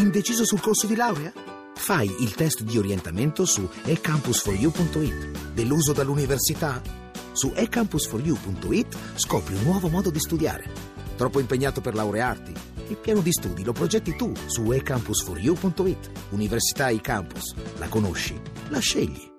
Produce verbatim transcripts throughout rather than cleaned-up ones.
Indeciso sul corso di laurea? Fai il test di orientamento su e campus for you punto it. Deluso dall'università? Su e campus for you punto it scopri un nuovo modo di studiare. Troppo impegnato per laurearti? Il piano di studi lo progetti tu su e campus for you punto it. Università eCampus. La conosci? La scegli.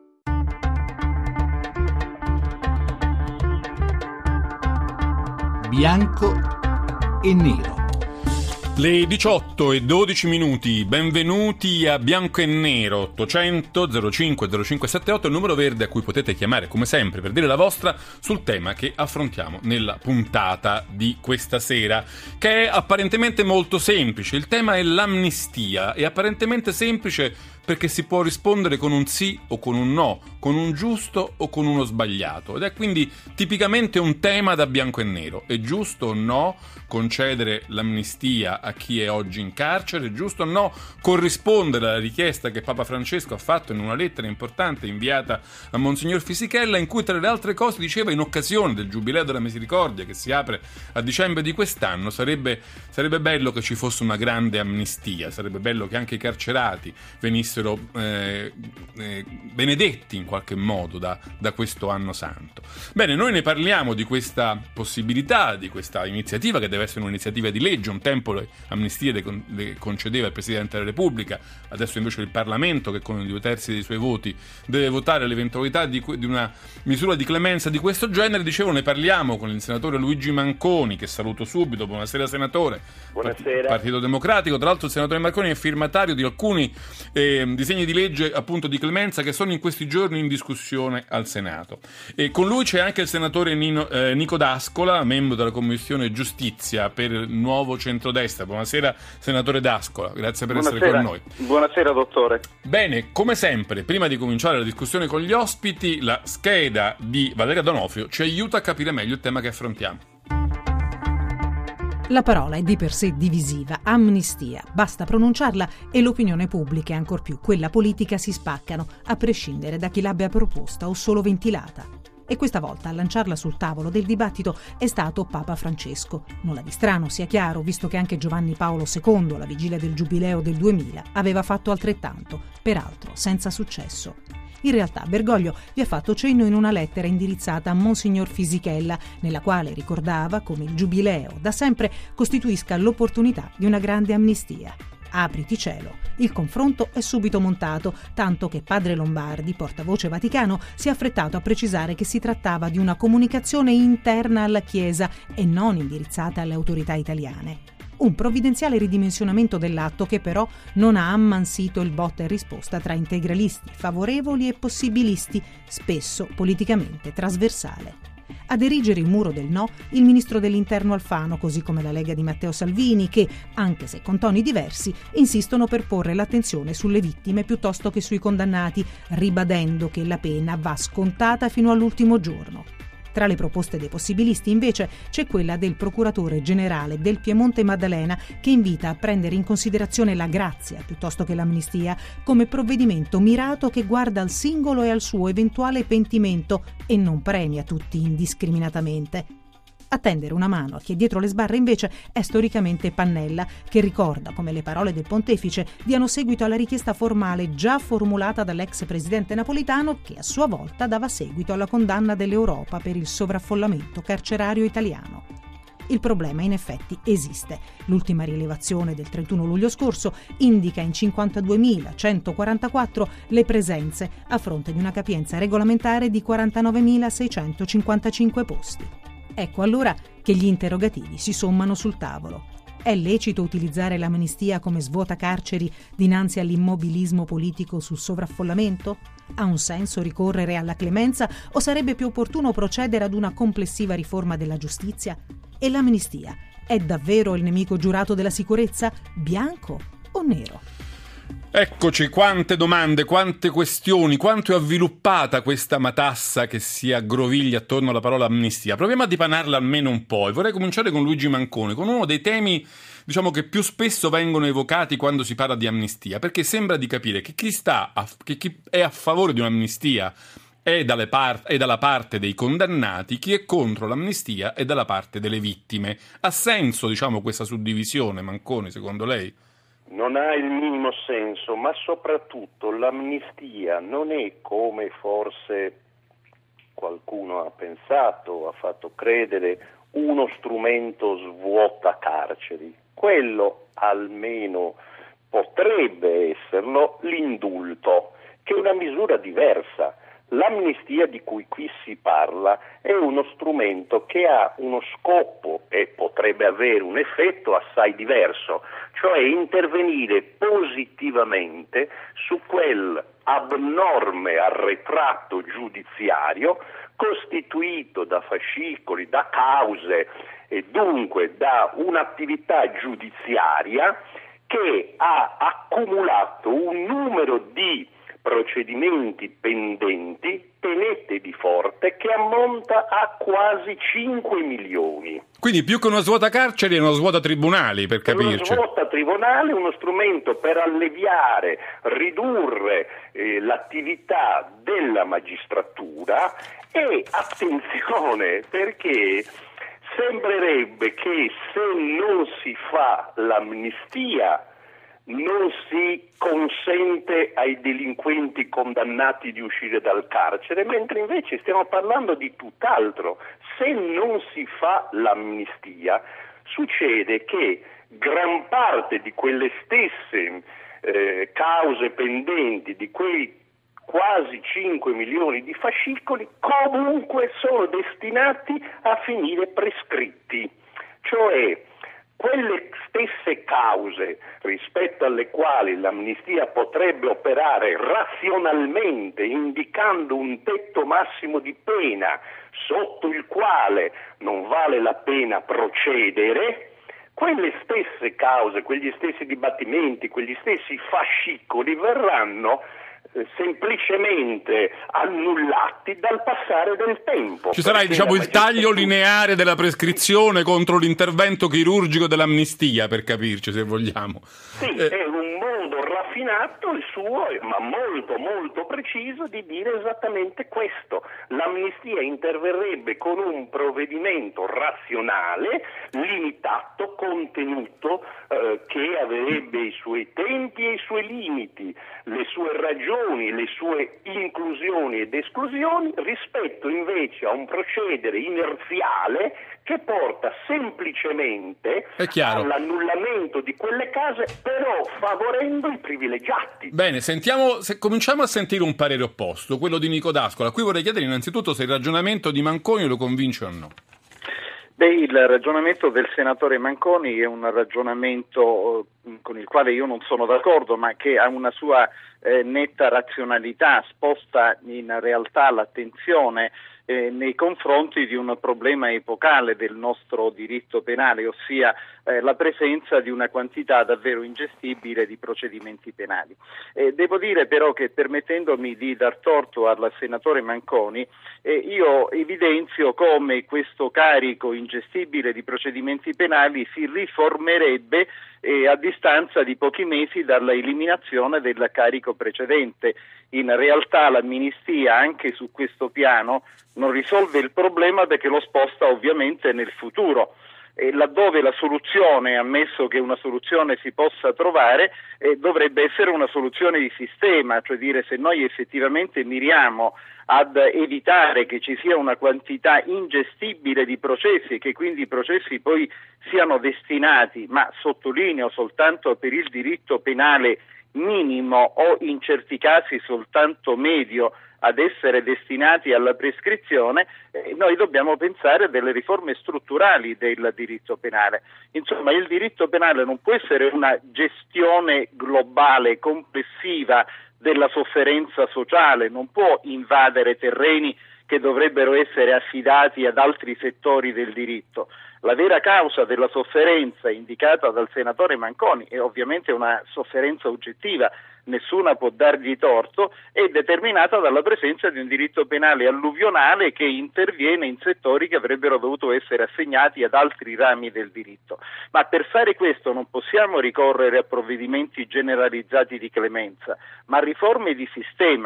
Bianco e nero. Le diciotto e dodici minuti, benvenuti a Bianco e Nero. Ottocento zero cinque zero cinque sette otto, il numero verde a cui potete chiamare come sempre per dire la vostra sul tema che affrontiamo nella puntata di questa sera, che è apparentemente molto semplice. Il tema è l'amnistia, è apparentemente semplice perché si può rispondere con un sì o con un no, con un giusto o con uno sbagliato, ed è quindi tipicamente un tema da bianco e nero. È giusto o no concedere l'amnistia a chi è oggi in carcere? È giusto o no corrispondere alla richiesta che Papa Francesco ha fatto in una lettera importante inviata a Monsignor Fisichella, in cui tra le altre cose diceva, in occasione del Giubileo della Misericordia che si apre a dicembre di quest'anno, sarebbe, sarebbe bello che ci fosse una grande amnistia, sarebbe bello che anche i carcerati venissero Eh, eh, benedetti in qualche modo da, da questo anno santo. Bene, noi ne parliamo di questa possibilità, di questa iniziativa che deve essere un'iniziativa di legge. Un tempo le amnistie le, le concedeva il Presidente della Repubblica, adesso invece il Parlamento, che con i due terzi dei suoi voti deve votare l'eventualità di, di una misura di clemenza di questo genere. Dicevo, ne parliamo con il senatore Luigi Manconi, che saluto subito. Buonasera senatore. Buonasera. Partito Democratico. Tra l'altro il senatore Manconi è firmatario di alcuni eh, disegni di legge appunto di clemenza che sono in questi giorni in discussione al Senato. E con lui c'è anche il senatore Nino, eh, Nico D'Ascola, membro della Commissione Giustizia per il Nuovo Centrodestra. Buonasera senatore D'Ascola, grazie per Buonasera. essere con noi. Buonasera dottore. Bene, come sempre, prima di cominciare la discussione con gli ospiti, la scheda di Valeria Donofrio ci aiuta a capire meglio il tema che affrontiamo. La parola è di per sé divisiva, amnistia. Basta pronunciarla e l'opinione pubblica e ancor più quella politica si spaccano, a prescindere da chi l'abbia proposta o solo ventilata. E questa volta a lanciarla sul tavolo del dibattito è stato Papa Francesco. Nulla di strano, sia chiaro, visto che anche Giovanni Paolo secondo, alla vigilia del Giubileo del duemila, aveva fatto altrettanto, peraltro senza successo. In realtà Bergoglio vi ha fatto cenno in una lettera indirizzata a Monsignor Fisichella, nella quale ricordava come il Giubileo da sempre costituisca l'opportunità di una grande amnistia. Apriti cielo. Il confronto è subito montato, tanto che padre Lombardi, portavoce Vaticano, si è affrettato a precisare che si trattava di una comunicazione interna alla Chiesa e non indirizzata alle autorità italiane. Un provvidenziale ridimensionamento dell'atto che però non ha ammansito il botta e risposta tra integralisti, favorevoli e possibilisti, spesso politicamente trasversale. Ad erigere il muro del no il ministro dell'Interno Alfano, così come la Lega di Matteo Salvini, che, anche se con toni diversi, insistono per porre l'attenzione sulle vittime piuttosto che sui condannati, ribadendo che la pena va scontata fino all'ultimo giorno. Tra le proposte dei possibilisti, invece, c'è quella del procuratore generale del Piemonte Maddalena, che invita a prendere in considerazione la grazia piuttosto che l'amnistia come provvedimento mirato che guarda al singolo e al suo eventuale pentimento e non premia tutti indiscriminatamente. A tendere una mano a chi è dietro le sbarre invece è storicamente Pannella, che ricorda come le parole del pontefice diano seguito alla richiesta formale già formulata dall'ex presidente napolitano, che a sua volta dava seguito alla condanna dell'Europa per il sovraffollamento carcerario italiano. Il problema in effetti esiste. L'ultima rilevazione del trentuno luglio scorso indica in cinquantaduemilacentoquarantaquattro le presenze a fronte di una capienza regolamentare di quarantanovemilaseicentocinquantacinque posti. Ecco allora che gli interrogativi si sommano sul tavolo. È lecito utilizzare l'amnistia come svuotacarceri dinanzi all'immobilismo politico sul sovraffollamento? Ha un senso ricorrere alla clemenza o sarebbe più opportuno procedere ad una complessiva riforma della giustizia? E l'amnistia è davvero il nemico giurato della sicurezza? Bianco o nero? Eccoci, quante domande, quante questioni, quanto è avviluppata questa matassa che si aggroviglia attorno alla parola amnistia. Proviamo a dipanarla almeno un po' e vorrei cominciare con Luigi Manconi, con uno dei temi, diciamo, che più spesso vengono evocati quando si parla di amnistia, perché sembra di capire che chi sta a, che chi è a favore di un'amnistia è, dalle par- è dalla parte dei condannati, chi è contro l'amnistia è dalla parte delle vittime. Ha senso, diciamo, questa suddivisione, Manconi, secondo lei? non ha il minimo senso, ma soprattutto l'amnistia non è, come forse qualcuno ha pensato, ha fatto credere, uno strumento svuota carceri. Quello almeno potrebbe esserlo l'indulto, che è una misura diversa. L'amnistia di cui qui si parla è uno strumento che ha uno scopo e potrebbe avere un effetto assai diverso, cioè intervenire positivamente su quel abnorme arretrato giudiziario costituito da fascicoli, da cause e dunque da un'attività giudiziaria che ha accumulato un numero di procedimenti pendenti, tenete di forte, che ammonta a quasi cinque milioni. Quindi più che uno svuota carceri è uno svuota tribunali, per capirci. Uno svuota tribunale è uno strumento per alleviare, ridurre eh, l'attività della magistratura e attenzione, perché sembrerebbe che se non si fa l'amnistia non si consente ai delinquenti condannati di uscire dal carcere, mentre invece stiamo parlando di tutt'altro. Se non si fa l'amnistia, succede che gran parte di quelle stesse eh, cause pendenti, di quei quasi cinque milioni di fascicoli, comunque sono destinati a finire prescritti. Cioè, quelle stesse cause rispetto alle quali l'amnistia potrebbe operare razionalmente, indicando un tetto massimo di pena sotto il quale non vale la pena procedere, quelle stesse cause, quegli stessi dibattimenti, quegli stessi fascicoli verranno semplicemente annullati dal passare del tempo. Ci sarà, diciamo, il taglio lineare della prescrizione contro l'intervento chirurgico dell'amnistia, per capirci, se vogliamo. Sì, eh. è un modo raffinato il suo, ma molto molto preciso, di dire esattamente questo. L'amnistia interverrebbe con un provvedimento razionale, limitato, contenuto, eh, che avrebbe i suoi tempi e i suoi limiti, le sue ragioni, le sue inclusioni ed esclusioni, rispetto invece a un procedere inerziale che porta semplicemente all'annullamento di quelle case, però favorendo i privilegiati. Bene, sentiamo, se cominciamo a sentire un parere opposto, quello di Nico D'Ascola. Qui vorrei chiedere innanzitutto se il ragionamento di Manconi lo convince o no. Beh, il ragionamento del senatore Manconi è un ragionamento con il quale io non sono d'accordo, ma che ha una sua eh, netta razionalità, sposta in realtà l'attenzione eh, nei confronti di un problema epocale del nostro diritto penale, ossia eh, la presenza di una quantità davvero ingestibile di procedimenti penali. Eh, devo dire però che, permettendomi di dar torto al senatore Manconi, eh, io evidenzio come questo carico ingestibile di procedimenti penali si riformerebbe eh, a distanza di pochi mesi dalla eliminazione del carico precedente. In realtà l'amnistia anche su questo piano non risolve il problema, perché lo sposta ovviamente nel futuro. E laddove la soluzione, ammesso che una soluzione si possa trovare, eh, dovrebbe essere una soluzione di sistema, cioè dire, se noi effettivamente miriamo ad evitare che ci sia una quantità ingestibile di processi e che quindi i processi poi siano destinati, ma sottolineo soltanto per il diritto penale minimo o in certi casi soltanto medio, ad essere destinati alla prescrizione, eh, noi dobbiamo pensare a delle riforme strutturali del diritto penale. Insomma, il diritto penale non può essere una gestione globale, complessiva della sofferenza sociale, non può invadere terreni che dovrebbero essere affidati ad altri settori del diritto. La vera causa della sofferenza indicata dal senatore Manconi è ovviamente una sofferenza oggettiva, nessuna può dargli torto, è determinata dalla presenza di un diritto penale alluvionale che interviene in settori che avrebbero dovuto essere assegnati ad altri rami del diritto. Ma per fare questo non possiamo ricorrere a provvedimenti generalizzati di clemenza, ma a riforme di sistema.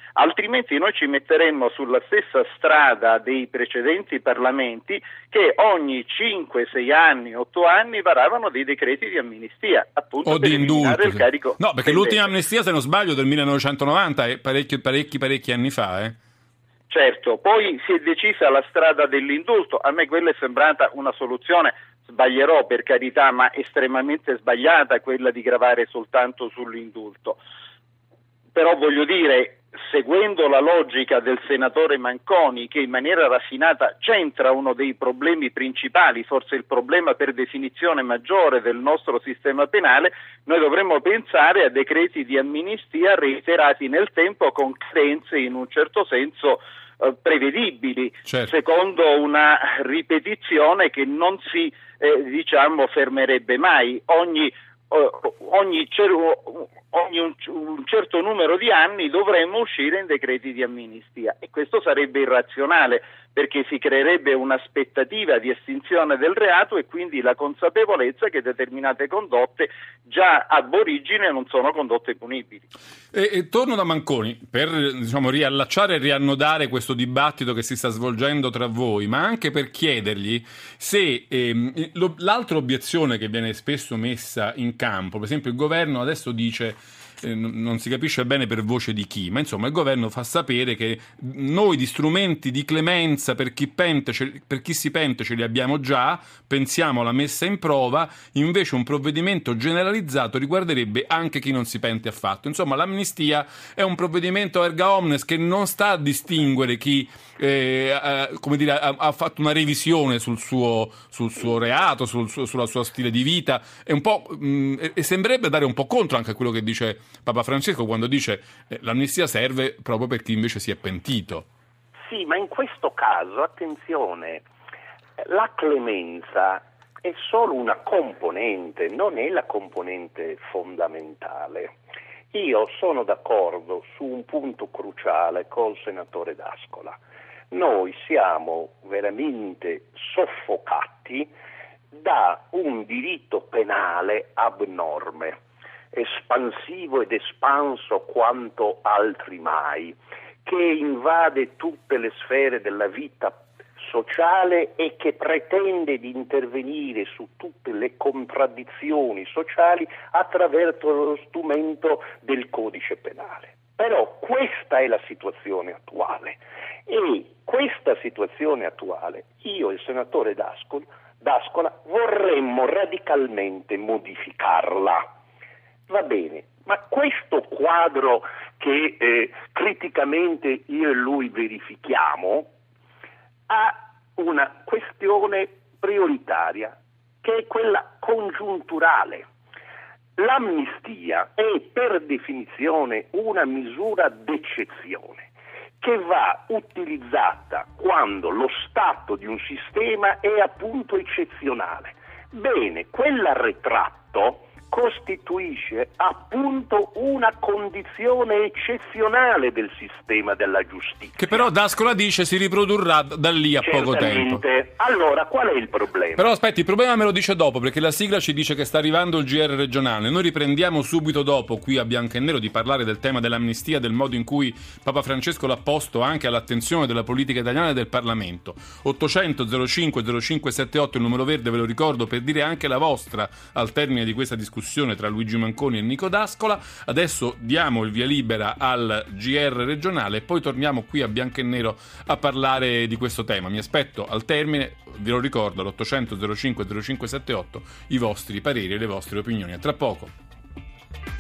altrimenti noi ci metteremmo sulla stessa strada dei precedenti parlamenti che ogni cinque, sei anni, otto anni varavano dei decreti di amnistia, appunto o per di eliminare indulto. il carico No, perché pendente. l'ultima amnistia, se non sbaglio, del millenovecentonovanta, è parecchi, parecchi, parecchi anni fa, eh? Certo, poi si è decisa la strada dell'indulto, a me quella è sembrata una soluzione, sbaglierò per carità, ma estremamente sbagliata quella di gravare soltanto sull'indulto. Però voglio dire, seguendo la logica del senatore Manconi, che in maniera raffinata centra uno dei problemi principali, forse il problema per definizione maggiore del nostro sistema penale, noi dovremmo pensare a decreti di amnistia reiterati nel tempo con cadenze in un certo senso eh, prevedibili, certo. secondo una ripetizione che non si eh, diciamo fermerebbe mai. Ogni Ogni, ogni un, un certo numero di anni dovremmo uscire in decreti di amnistia, e questo sarebbe irrazionale, perché si creerebbe un'aspettativa di estinzione del reato e quindi la consapevolezza che determinate condotte già ab origine non sono condotte punibili. E, e torno da Manconi per, diciamo, riallacciare e riannodare questo dibattito che si sta svolgendo tra voi, ma anche per chiedergli se ehm, lo, l'altra obiezione che viene spesso messa in campo, per esempio il governo adesso dice, eh, non si capisce bene per voce di chi, ma insomma il governo fa sapere che noi di strumenti di clemenza per chi pente, per chi si pente ce li abbiamo già, pensiamo alla messa in prova, invece un provvedimento generalizzato riguarderebbe anche chi non si pente affatto. Insomma, l'amnistia è un provvedimento erga omnes che non sta a distinguere chi eh, eh, come dire, ha, ha fatto una revisione sul suo, sul suo reato, sul suo, sulla sua stile di vita, è un po', mh, e sembrerebbe dare un po' contro anche a quello che dice Papa Francesco quando dice eh, l'amnistia serve proprio per chi invece si è pentito. Sì, ma in questo caso, attenzione, la clemenza è solo una componente, non è la componente fondamentale. Io sono d'accordo su un punto cruciale col senatore D'Ascola. Noi siamo veramente soffocati da un diritto penale abnorme, espansivo ed espanso quanto altri mai, che invade tutte le sfere della vita sociale e che pretende di intervenire su tutte le contraddizioni sociali attraverso lo strumento del codice penale. Però questa è la situazione attuale, e questa situazione attuale io e il senatore D'Ascola, D'Ascola vorremmo radicalmente modificarla. Va bene, ma questo quadro che eh, criticamente io e lui verifichiamo ha una questione prioritaria, che è quella congiunturale. L'amnistia è per definizione una misura d'eccezione che va utilizzata quando lo stato di un sistema è appunto eccezionale. Bene, quell'arretratto costituisce appunto una condizione eccezionale del sistema della giustizia. Che però D'Ascola dice si riprodurrà da lì a poco tempo. Allora, qual è il problema? Però aspetti, il problema me lo dice dopo, perché la sigla ci dice che sta arrivando il G R regionale. Noi riprendiamo subito dopo, qui a Bianco e Nero, di parlare del tema dell'amnistia, del modo in cui Papa Francesco l'ha posto anche all'attenzione della politica italiana e del Parlamento. ottocento zero cinque zero cinque sette otto, il numero verde, ve lo ricordo, per dire anche la vostra al termine di questa discussione tra Luigi Manconi e Nico D'Ascola. Adesso diamo il via libera al G R regionale e poi torniamo qui a Bianco e Nero a parlare di questo tema. Mi aspetto al termine, ve lo ricordo, all'ottocento zero cinque zero cinque sette otto, i vostri pareri e le vostre opinioni. A tra poco.